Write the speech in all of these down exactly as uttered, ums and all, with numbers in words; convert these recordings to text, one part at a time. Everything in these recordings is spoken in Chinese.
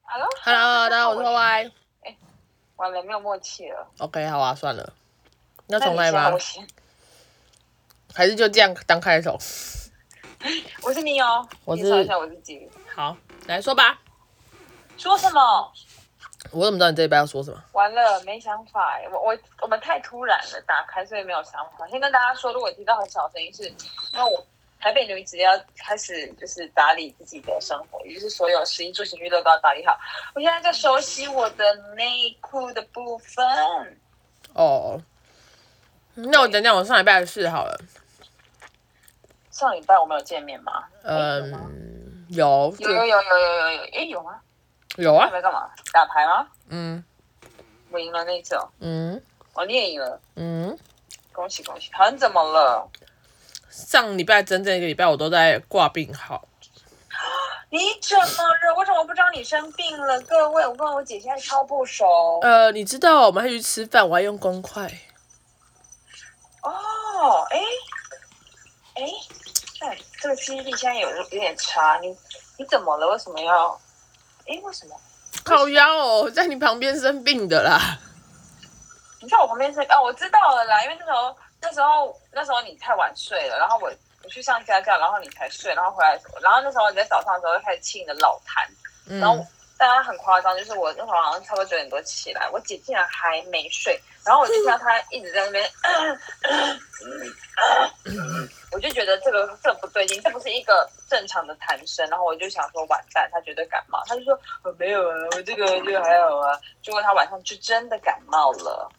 Hello， Hello，大家好，我是 Y Y。 哎，完了，没有默契了。 OK， 好啊，算了，要那重来吗？还是就这样当开头？ 我是你哦， 我是介绍一下我自己。 好，来说吧。 说什么？ 我怎么知道你这一拜要说什么？ 完了，没想法哎，我我我们太突然了，打开所以没有想法。先跟大家说，如果提到很小声音，是因为我台北女子要开始就是打理自己的生活，也就是所有食衣住行娱乐都要打理好。我现在在熟悉我的内裤的部分。 哦，那我讲讲我上礼拜的事好了。 上礼拜我们有见面吗？ 嗯，有有有有有有有有，哎有吗？ 有啊。 你在干嘛？打牌吗？ 嗯。 我赢了那一次哦。 嗯。 哦，你也赢了。 嗯。 恭喜恭喜！好像怎么了？ 上礼拜整整一个礼拜我都在挂病号。 你怎么了？我怎么不知道你生病了？各位，我跟我姐现在超不熟。 呃，你知道我们还去吃饭，我还用公筷。 哦，哎哎，看这个记忆力现在有有点差。你你怎么了？为什么要？哎，为什么？ 靠腰哦，在你旁边生病的啦。 你在我旁边是哦，我知道了啦，因为那时候那时候那时候你太晚睡了，然后我我去上家教，然后你才睡，然后回来的时候，然后那时候你在早上的时候就开始气你的老痰， 嗯、 然后大家很夸张，就是我那会儿好像差不多九点多起来，我姐竟然还没睡，然后我就听到她一直在那边，我就觉得这个这不对劲，这不是一个正常的痰声，然后我就想说完蛋，她绝对感冒，她就说我没有啊，我这个这个还好啊，结果她晚上就真的感冒了。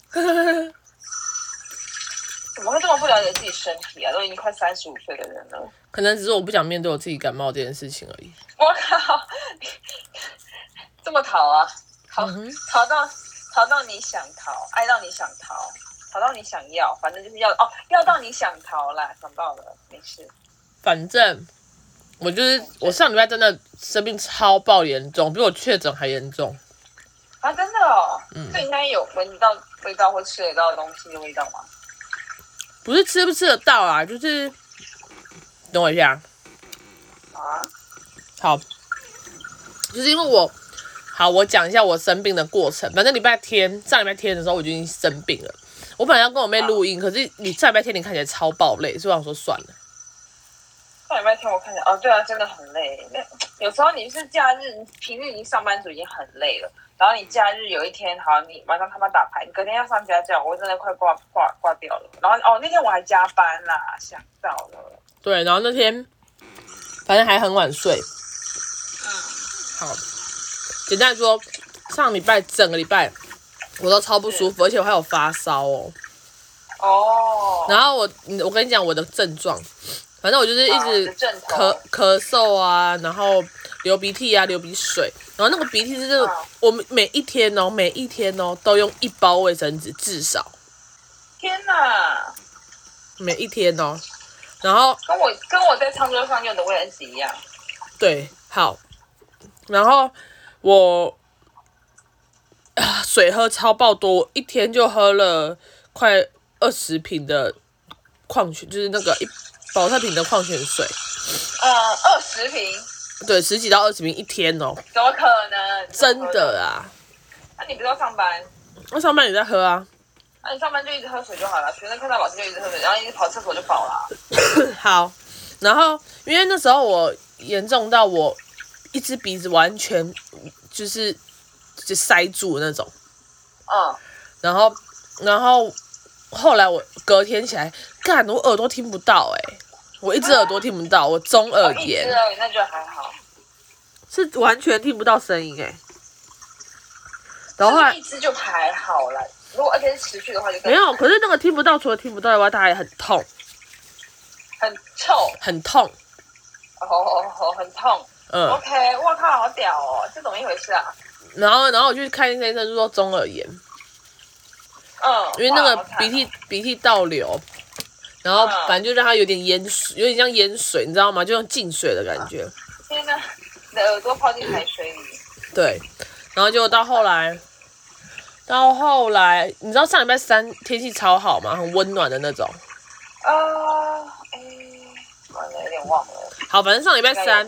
怎么会这么不了解自己身体啊？都已经快三十五岁的人了， 可能只是我不想面对我自己感冒这件事情而已。 我靠，这么逃啊，逃、嗯、逃到逃到你想逃，爱到你想逃，逃到你想要，反正就是要哦，要到你想逃啦，想到了，没事。 反正我就是我上礼拜真的生病超爆严重，比我确诊还严重。 啊，真的哦，嗯，这应该有闻到味道或吃得到的东西的味道吗？ 不是吃不吃得到啊，就是等我一下啊。 好，就是因为我好，我讲一下我生病的过程。反正礼拜天上礼拜天的时候我就已经生病了，我本来要跟我妹录音，可是你上礼拜天你看起来超爆累，所以我想说算了。 上礼拜天我看起来哦，对啊，真的很累。那有时候你是假日，你平日已经上班族已经很累了。然后你假日有一天，好，你晚上他妈打牌，你隔天要上家教，我真的快挂挂挂掉了。然后哦，那天我还加班啦，想到了。 对，然后那天反正还很晚睡。 嗯， 好，简单来说，上礼拜整个礼拜我都超不舒服，而且我还有发烧哦。 哦。 然后我我跟你讲我的症状，反正我就是一直咳咳嗽啊，然后流鼻涕啊，流鼻水。然后那个鼻涕是这个，我每一天哦，每一天哦，都用一包卫生纸至少。 天哪！ 每一天哦，然后跟我跟我在餐桌上用的卫生纸一样。 对，好，然后我啊水喝超爆多，我一天就喝了快二十瓶的矿泉，就是那个一保特瓶的矿泉水。 嗯，二十瓶。 对，十几到二十瓶一天哦。 怎么可能？ 真的啊。 那、啊、你不是要上班？ 那上班你在喝啊？ 那、啊、你上班就一直喝水就好了，学生看到老师就一直喝水，然后一直跑厕所就饱了、啊。 好，然后因为那时候我严重到我一只鼻子完全就是就塞住那种。 嗯。 然后，然后后来我隔天起来，干我耳朵听不到哎、欸。我一只耳朵听不到，我中耳炎。 哦、一只而已，那就还好。 是完全听不到声音哎、欸。然后后来一只就还好啦，如果而且是持续的话就更没有。可是那个听不到，除了听不到以外，它还很痛， 很臭， 很痛。 哦哦哦，很痛。嗯。OK， 我靠，好屌哦，这怎么一回事啊？ 然后，然后我去看医生，医生就说中耳炎。 嗯。 因为那个鼻涕、鼻涕倒流。然后反正就让它有点淹水，有点像淹水，你知道吗？就像进水的感觉。 天哪，你的耳朵泡进海水里。 对，然后结果到后来，到后来，你知道上礼拜三天气超好嘛，很温暖的那种。 呃，哎，完了，有点忘了。 好，反正上礼拜三，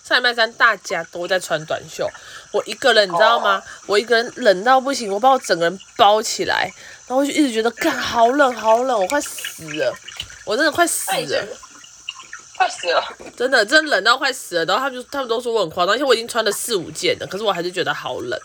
上礼拜三大家都在穿短袖，我一个人你知道吗？ Oh. 我一个人冷到不行，我把我整个人包起来，然后我就一直觉得，干好冷好冷，我快死了，我真的快死了， 快死了， 真的真的冷到快死了。然后他们就他们都说我很夸张，而且我已经穿了四五件了，可是我还是觉得好冷。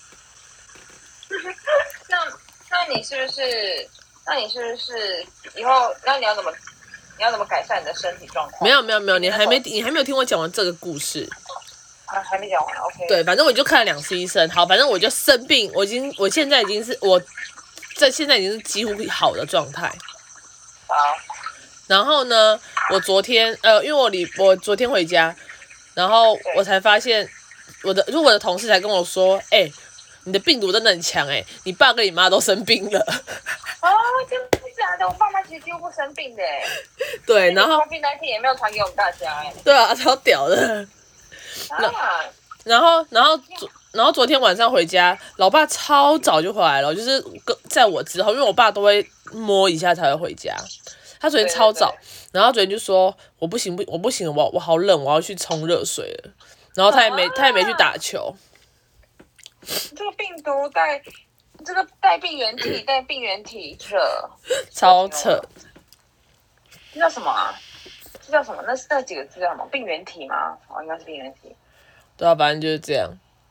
那那你是不是？那你是不是以后？那你要怎么？你要怎么改善你的身体状况？ 没有没有没有，你还没你还没有听我讲完这个故事。 啊，还没讲完 ，OK。 对，反正我就看了两次医生。好，反正我就生病，我已经我现在已经是我在现在已经是几乎好的状态。 好。 然后呢，我昨天呃，因为我离我昨天回家，然后我才发现我的，就我的同事才跟我说，哎、欸，你的病毒真的很强哎、欸，你爸跟你妈都生病了。 哦，真的假的？我爸妈其实几乎不生病的哎。 对，然后 COVID 十九 也没有传给我们大家哎。 对啊，超屌的。 啊。 然后，然后昨，然后昨天晚上回家，老爸超早就回来了，就是在我之后，因为我爸都会摸一下才会回家。他昨天超早，对对对，然后昨天就说我不行不，我不行，我我好冷，我要去冲热水了。然后他也没、啊、他也没去打球。 这个病毒带这个带病原体带病原体扯， 超扯。 这叫什么啊？这叫什么？那是那几个字叫什么？病原体吗？哦，应该是病原体。 对啊，反正就是这样。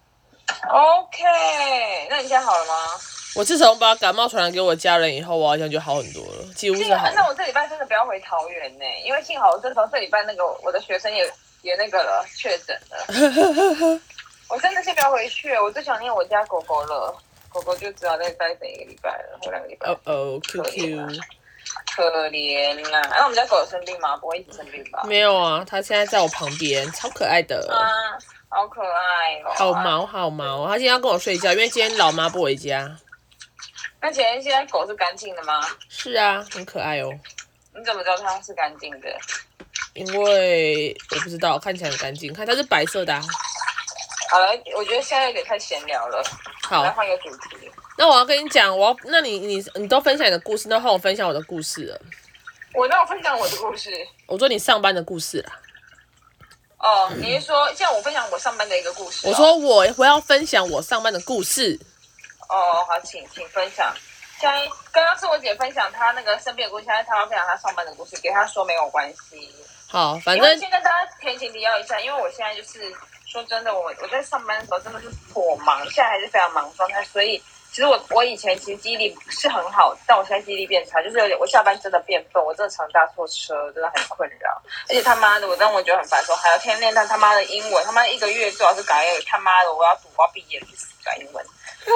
OK， 那你现在好了吗？ 我自从把感冒传染给我家人以后，我好像就好很多了，几乎是好了。 那我这礼拜真的不要回桃园呢，因为幸好我这时候这礼拜那个我的学生也也那个了，确诊了。我真的是不要回去，我最想念我家狗狗了。狗狗就只好再待等一个礼拜了，或两个礼拜。 哦哦 ，Q Q。 可怜啦！那、啊、我们家狗有生病吗？不会一直生病吧？ 没有啊，它现在在我旁边，超可爱的。 啊，好可爱哦！ 好毛好毛，它今天要跟我睡觉，因为今天老妈不回家。 那今天现在狗是干净的吗？ 是啊，很可爱哦。 你怎么知道它是干净的？ 因为我不知道，看起来很干净，看它是白色的啊。 好了，我觉得现在有点太闲聊了。 好， 来换一个主题。 那我要跟你讲，我要，那你你你都分享你的故事，那换我分享我的故事了。 我让我分享我的故事。 我说你上班的故事啦。 哦，你是说像我分享我上班的一个故事、哦？ 我说我我要分享我上班的故事。 哦，好，请请分享。现在刚刚是我姐分享她那个生病的故事，现在她要分享她上班的故事，给她说没有关系。 好，反正先跟大家前情提要一下，因为我现在就是说真的，我我在上班的时候真的是颇忙，现在还是非常忙的状态，所以其实我我以前其实记忆力是很好，但我现在记忆力变差，就是有点我下班真的变笨，我真的常搭错车，真的很困扰。而且他妈的，我让我觉得很烦，说还要天天练他他妈的英文，他妈一个月最好是改一个他妈的，我要读我要毕业去死改英文。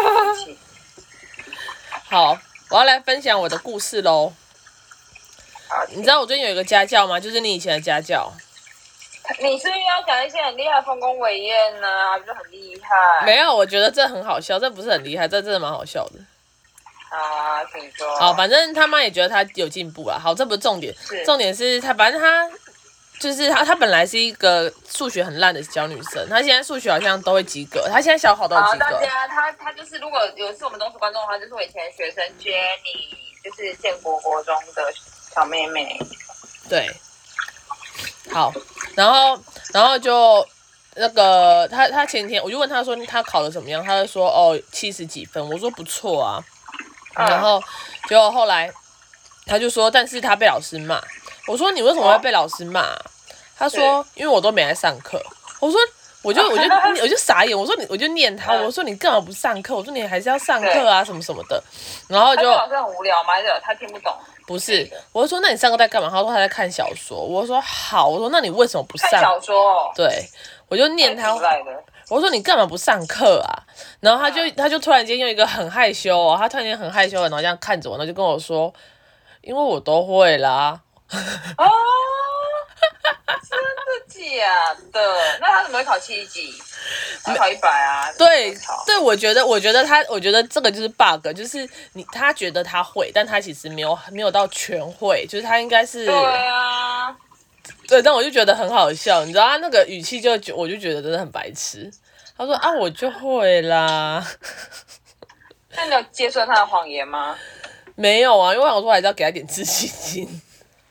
好，我要来分享我的故事喽。你知道我最近有一个家教吗？就是你以前的家教。 你是不是要讲一些很厉害、丰功伟业呢？就很厉害。 没有，我觉得这很好笑，这不是很厉害，这真的蛮好笑的。 啊，请说。 好，反正他妈也觉得他有进步啦。好，这不是重点， 是重点是他，反正他就是他，他本来是一个数学很烂的小女生，她现在数学好像都会及格，她现在小考都会及格。 好，大家，她她就是如果有一次我们忠实观众的话，就是我以前的学生 Jenny， 就是建国国中的小妹妹。 对。好，然后，然后就那个他，他前天我就问他说他考得怎么样，他就说哦七十几分，我说不错啊， 嗯、 然后结果后来他就说，但是他被老师骂，我说你为什么会被老师骂、啊？他说因为我都没来上课，我说我就我就我就傻眼，我说你我就念他，我说你干嘛不上课？我说你还是要上课啊什么什么的，然后就老师很无聊吗？他听不懂。 不是，我就说那你上课在干嘛？他说他在看小说。我说好，我说那你为什么不上？看小说。 对，我就念他。我说你干嘛不上课啊？然后他就他就突然间用一个很害羞哦，他突然间很害羞的，然后这样看着我，然后就跟我说，因为我都会啦。 哦，真的假的？那他怎么会考七十几？他考一百啊？ 对对，我觉得，我觉得他，我觉得这个就是 bug， 就是你他觉得他会，但他其实没有没有到全会，就是他应该是对啊， 对，但我就觉得很好笑，你知道他那个语气就我就觉得真的很白痴。他说啊，我就会啦。 那你有接受他的谎言吗？ 没有啊，因为我想说还是要给他点自信心。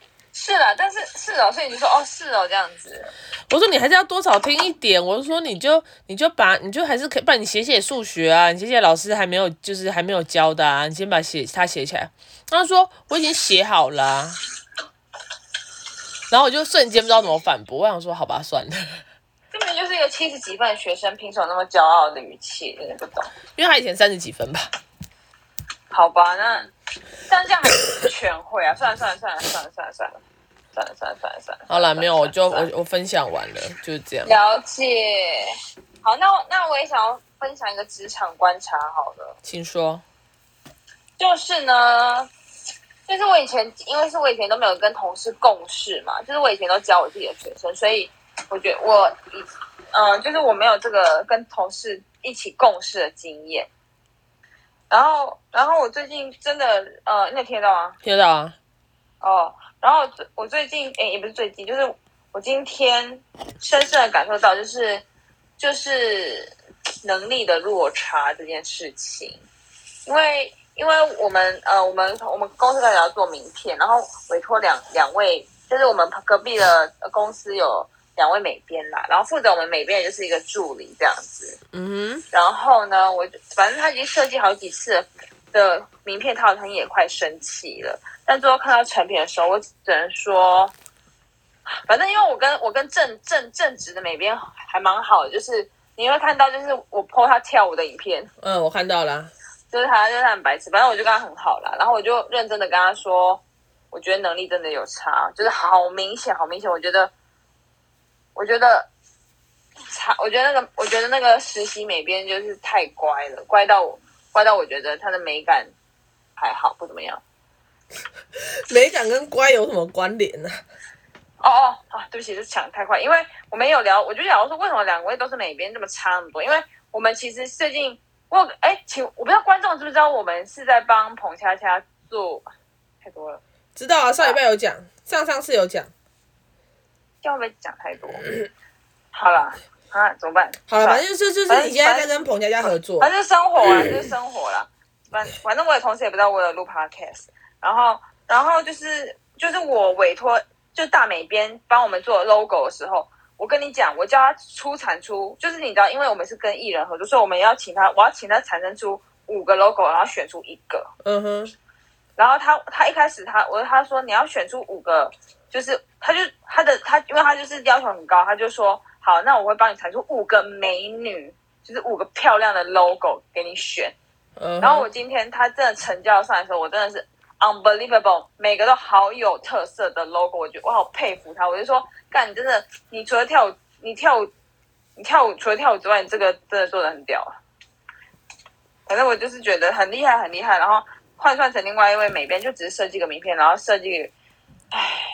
是啦，但是是哦，所以你就说哦是哦这样子。 我说你还是要多少听一点。我就说你就你就把你就还是可以，不然你写写数学啊，你写写老师还没有就是还没有教的啊，你先把写他写起来。他说我已经写好了、啊，然后我就瞬间不知道怎么反驳。我想说好吧，算了。 根本就是一个七十几分的学生，凭什么那么骄傲的语气？真的不懂。 因为他以前三十几分吧。 好吧，那但这样还是全会啊！算了算了算了算了算了算了算了算了算了算了。 好啦，没有，我就我我分享完了，就是这样。 了解。好，那那我也想要分享一个职场观察，好了。 请说。 就是呢，就是我以前因为是我以前都没有跟同事共事嘛，就是我以前都教我自己的学生，所以我觉得我以嗯、呃，就是我没有这个跟同事一起共事的经验。然后，然后我最近真的，呃，你有听得到吗？ 听得到啊。 哦，然后我最近，诶，也不是最近，就是我今天深深的感受到，就是就是能力的落差这件事情，因为因为我们呃，我们我们公司开始要做名片，然后委托两两位，就是我们隔壁的公司有两位美编啦，然后负责我们美编的就是一个助理这样子。 嗯哼。 然后呢，我反正他已经设计好几次的名片套餐，也快生气了。但最后看到成品的时候，我只能说，反正因为我跟我跟正正正直的美编还蛮好的，就是你会看到，就是我 po 他跳舞的影片， 嗯，我看到了。 就是他就是他很白痴，反正我就跟他很好啦。然后我就认真的跟他说，我觉得能力真的有差，就是好明显，好明显。我觉得，我觉得。差，我觉得那个，我觉得那个实习美编就是太乖了，乖到我，乖到我觉得他的美感还好，不怎么样。 美感跟乖有什么关联呢、 啊？哦哦啊，对不起，这讲太快，因为我们有聊，我就聊说为什么两位都是美编这么差那么多？因为我们其实最近，我哎，请我不知道观众知不知道，我们是在帮彭恰恰做，太多了。 知道啊，上礼拜有讲，上上次有讲。 这样会不会讲太多？好了。啊，怎么办？ 好了，反正就是就是你现在在跟彭佳佳合作， 反正是生活啊，就是生活啦。反反正我的同事也不知道我有录 podcast， 然后然后就是就是我委托就大美编帮我们做 logo 的时候，我跟你讲，我叫他出产出，就是你知道，因为我们是跟艺人合作，所以我们要请他，我要请他产生出五个 logo， 然后选出一个。 嗯哼。 然后他他一开始他我他说你要选出五个，就是他就他的他因为他就是要求很高，他就说。好，那我会帮你产出五个美女，就是五个漂亮的 logo 给你选。 Uh-huh. 然后我今天他真的成交上来的时候，我真的是 unbelievable， 每个都好有特色的 logo， 我觉得我好佩服他。我就说，干，你真的，你除了跳舞，你跳舞，你跳舞除了跳舞之外，你这个真的做得很屌啊。反正我就是觉得很厉害，很厉害。然后换算成另外一位美编，就只是设计个名片，然后设计，唉。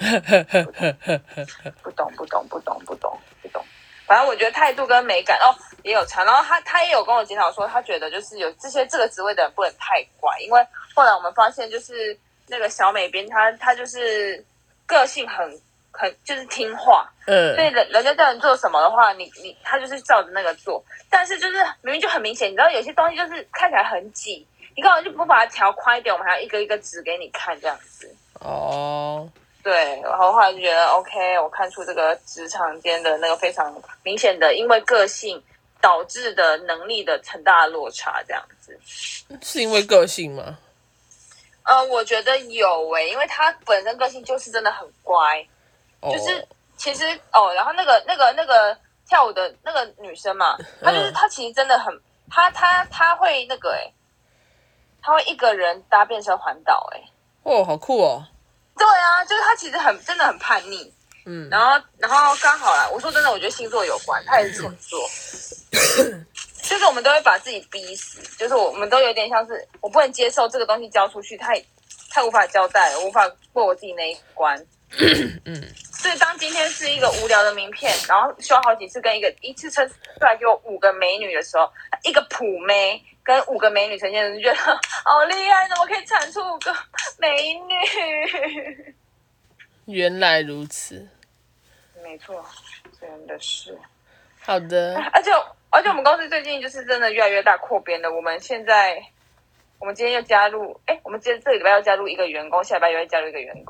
不懂不懂不懂不懂不懂，反正我觉得态度跟美感哦也有差。然后他他也有跟我检讨说，他觉得就是有这些这个职位的人不能太乖，因为后来我们发现就是那个小美编他他就是个性很很就是听话，嗯，所以人人家叫你做什么的话，你你他就是照着那个做。但是就是明明就很明显，你知道有些东西就是看起来很挤，你干嘛就不把它调宽一点？我们还要一个一个指给你看这样子。哦。对，然后后来就觉得 OK， 我看出这个职场间的那个非常明显的，因为个性导致的能力的很大的落差，这样子。 是因为个性吗？ 呃，我觉得有诶、欸，因为他本身个性就是真的很乖，哦、就是其实哦，然后那个那个那个跳舞的那个女生嘛，她就是她其实真的很，她她她会那个诶、欸，她会一个人搭便车环岛诶、欸。 哦，好酷哦。 对啊，就是他其实很真的很叛逆，嗯，然后然后刚好啦，我说真的，我觉得星座有关，他也是处女座，就是我们都会把自己逼死，就是我们都有点像是我不能接受这个东西交出去，太太无法交代了，无法过我自己那一关，嗯，所以当今天是一个无聊的名片，然后修好几次，跟一个一次称出来给我五个美女的时候，一个普妹。跟五个美女呈现，就觉得好厉害，怎么可以产出五个美女？ 原来如此， 没错，真的是。 好的。 而且而且我们公司最近就是真的越来越大扩编了。我们现在，我们今天又加入，哎，我们今天这个礼拜要加入一个员工，下礼拜又会加入一个员工。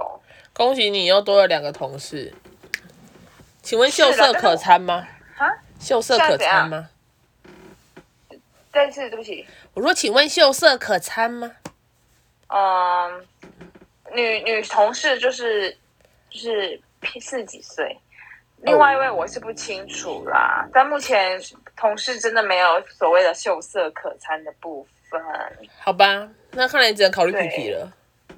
恭喜你又多了两个同事。请问秀色可餐吗？ 啊？ 秀色可餐吗？ 再一次，对不起。 我说，请问秀色可餐吗？ 嗯，女女同事就是就是四十几岁，另外一位我是不清楚啦。但目前同事真的没有所谓的秀色可餐的部分。 好吧，那看来你只能考虑皮皮了。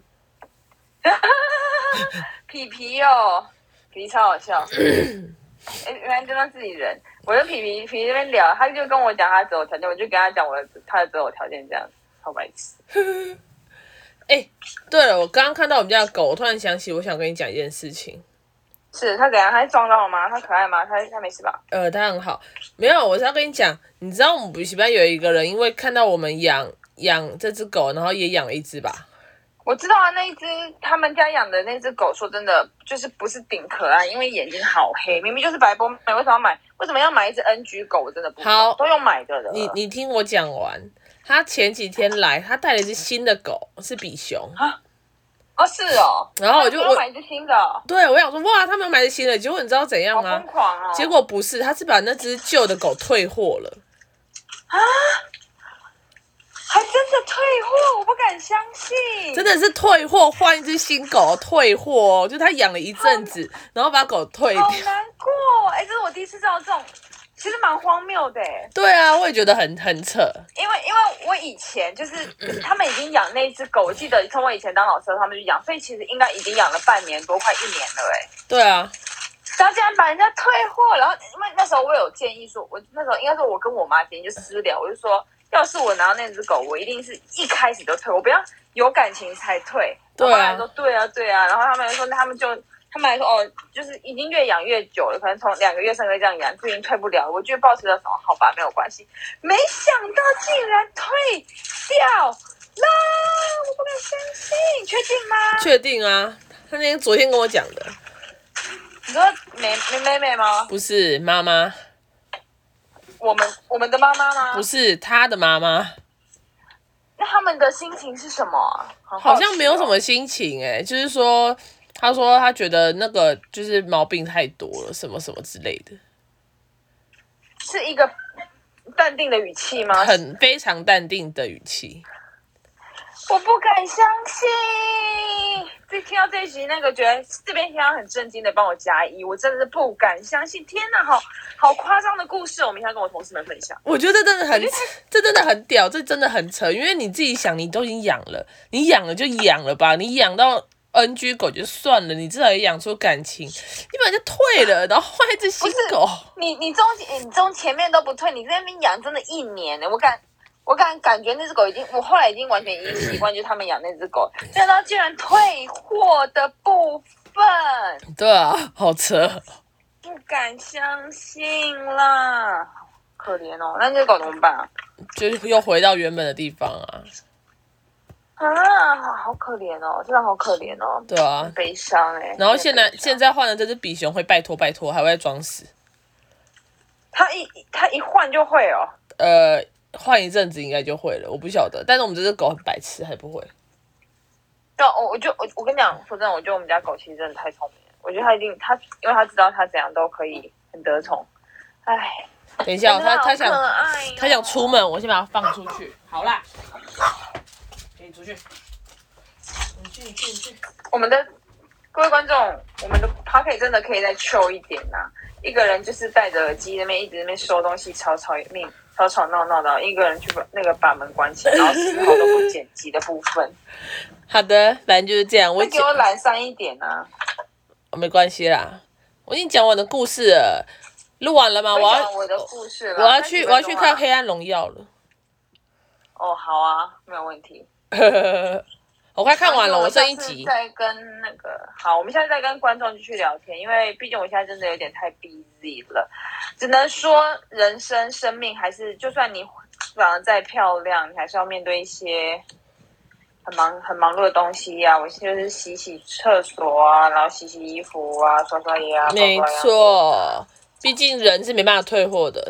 皮皮哦，皮皮超好笑。哎，原来就当自己人。我跟皮皮皮皮这边聊，他就跟我讲他择偶条件，我就跟他讲我的他的择偶条件，这样超白痴。 哎、欸，对了，我刚刚看到我们家的狗，我突然想起，我想跟你讲一件事情。 是他怎样？他撞到了吗？他可爱吗？他他没事吧？ 呃，他很好。没有，我是要跟你讲，你知道我们补习班有一个人，因为看到我们养养这只狗，然后也养了一只吧。 我知道啊，那一只他们家养的那只狗，说真的，就是不是顶可爱，因为眼睛好黑，明明就是白波美，为什么要买？为什么要买一只 N G 狗？我真的不懂。好，都用买的了。 你你听我讲完，他前几天来，他带了一只新的狗，是比熊。 啊？哦，是哦。 然后我就我买一只新的、哦。 对，我想说哇，他们要买一只新的，结果你知道怎样吗？ 好疯狂哦！ 结果不是，他是把那只旧的狗退货了。 啊？还真的退货，我不敢相信。 真的是退货换一只新狗，退货哦，就他养了一阵子，然后把狗退掉。 好难过，哎、欸，这是我第一次知道这种，其实蛮荒谬的。 对啊，我也觉得很很扯。 因为因为我以前就是他们已经养那只狗，我记得从我以前当老师，他们就养，所以其实应该已经养了半年多，快一年了。哎， 对啊。 然后竟然把人家退货，然后因为那时候我有建议说，我那时候应该说我跟我妈建议就私聊，我就说。要是我拿到那只狗，我一定是一开始就退，我不要有感情才退。 对啊， 说对啊对啊，然后他们说，他们就他们还说哦，就是已经越养越久了，可能从两个月、三个月这样养，就已经退不了。我就抱持着什么好吧，没有关系。没想到竟然退掉啦！我不敢相信，确定吗？ 确定啊，他那天昨天跟我讲的。 你说妹妹妹妹吗？ 不是妈妈。 我们我们的妈妈吗？ 不是，他的妈妈。 那他们的心情是什么、啊？好, 好像没有什么心情哎、欸，就是说，他说他觉得那个就是毛病太多了，什么什么之类的。 是一个淡定的语气吗？ 很非常淡定的语气。 我不敢相信。这听到这一集，那个觉得这边听到很震惊的，帮我加一，我真的是不敢相信。天哪，好好夸张的故事，我明天要跟我同事们分享。 我觉得真的很，这真的很屌，这真的很扯。因为你自己想，你都已经养了，你养了就养了吧，你养到 N G 狗就算了，你至少也养出感情，你把人家退了，然后换一只新狗。 你你中你中前面都不退，你在那边养真的一年了，我感。我感感觉那只狗已经，我后来已经完全已经习惯，就是他们养那只狗，没想到竟然退货的部分。 对啊，好扯， 不敢相信啦，可怜哦。那那只狗怎么办啊？ 就又回到原本的地方啊。 啊，好可怜哦，真的好可怜哦。 对啊， 很悲伤哎。 然后现在现在换的这只比熊会拜托拜托，还会装死。 他一他一换就会哦。 呃。换一阵子应该就会了，我不晓得。但是我们这只狗很白痴，还不会。 对，我我就我我跟你讲，说真的，我觉得我们家狗其实真的太聪明了。我觉得它一定，它因为它知道它怎样都可以很得宠。哎， 等一下，它它想它哦想出门，我先把它放出去。好啦，给你出去。你去，你去，你去。 我们的各位观众，我们的 Podcast 真的可以再 chill 一点呐、啊。一个人就是戴着耳机那边一直那边收东西，吵吵命。吵吵闹闹的，一个人去把那个把门关起来，然后丝毫都不剪辑的部分。 好的，反正就是这样。我给我懒散一点啊！ 哦，没关系啦，我已经讲完的故事了，录完了吗？我要我的故事了， 我要去我要去看《黑暗荣耀》了。 哦，好啊，没有问题。 我快看完了，我剩一集。 再跟那个好，我们现在再跟观众继续聊天，因为毕竟我现在真的有点太 busy 了，只能说人生生命还是，就算你长得再漂亮，你还是要面对一些很忙很忙碌的东西呀、啊。我就是洗洗厕所啊，然后洗洗衣服啊，刷刷牙啊。 没错，毕竟人是没办法退货的。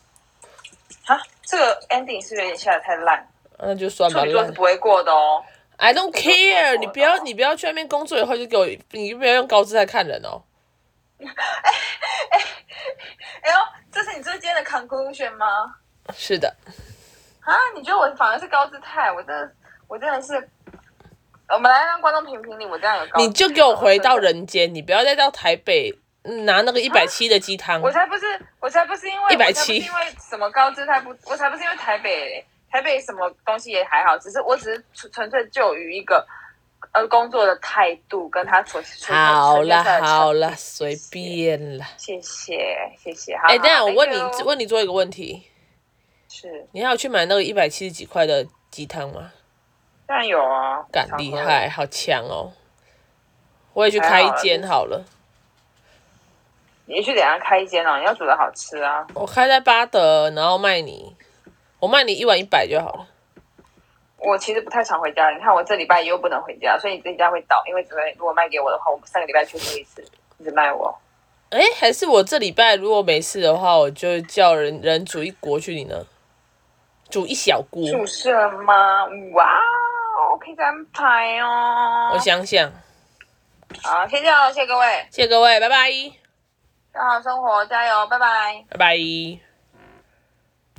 哈，这个 ending 是不是有点下得太烂？ 那就算吧， 处女座是不会过的哦。 I don't care， 你不要你不要去那边工作以后就给我，你不要用高姿态看人哦。 哎哎哎呦，这是你这今天的 conclusion 吗？ 是的。 啊，你觉得我反而是高姿态？我真的我真的是，我们来让观众评评理，我这样有高姿态？ 你就给我回到人间，你不要再到台北拿那个一百七的鸡汤。 我才不是，我才不是因为一百七， 因为什么高姿态不，我才不是因为台北，台北什么东西也还好，只是我只是纯粹就于一个呃工作的态度跟他所好啦好啦，随便啦。 谢谢谢谢。 哎、欸，等一下我问你问你做一个问题。 是。 你还有去买那个一百七十几块的鸡汤吗？ 当然有啊。 干厉害，好强哦！我也去开一间好了。 你去等下开一间哦，你要煮的好吃啊。 我开在巴德，然后卖你，我卖你一碗一百就好了。 我其实不太常回家，你看我这礼拜又不能回家，所以你这家会倒，因为只会如果卖给我的话，我上个礼拜去过一次，你只卖我。 哎，还是我这礼拜如果没事的话，我就叫人人煮一锅去你那，煮一小锅。 宿舍吗？哇，可以安排哦。 我想想。 好，先这样，谢谢各位， 谢谢各位，拜拜。 好好生活，加油，拜拜， 拜拜。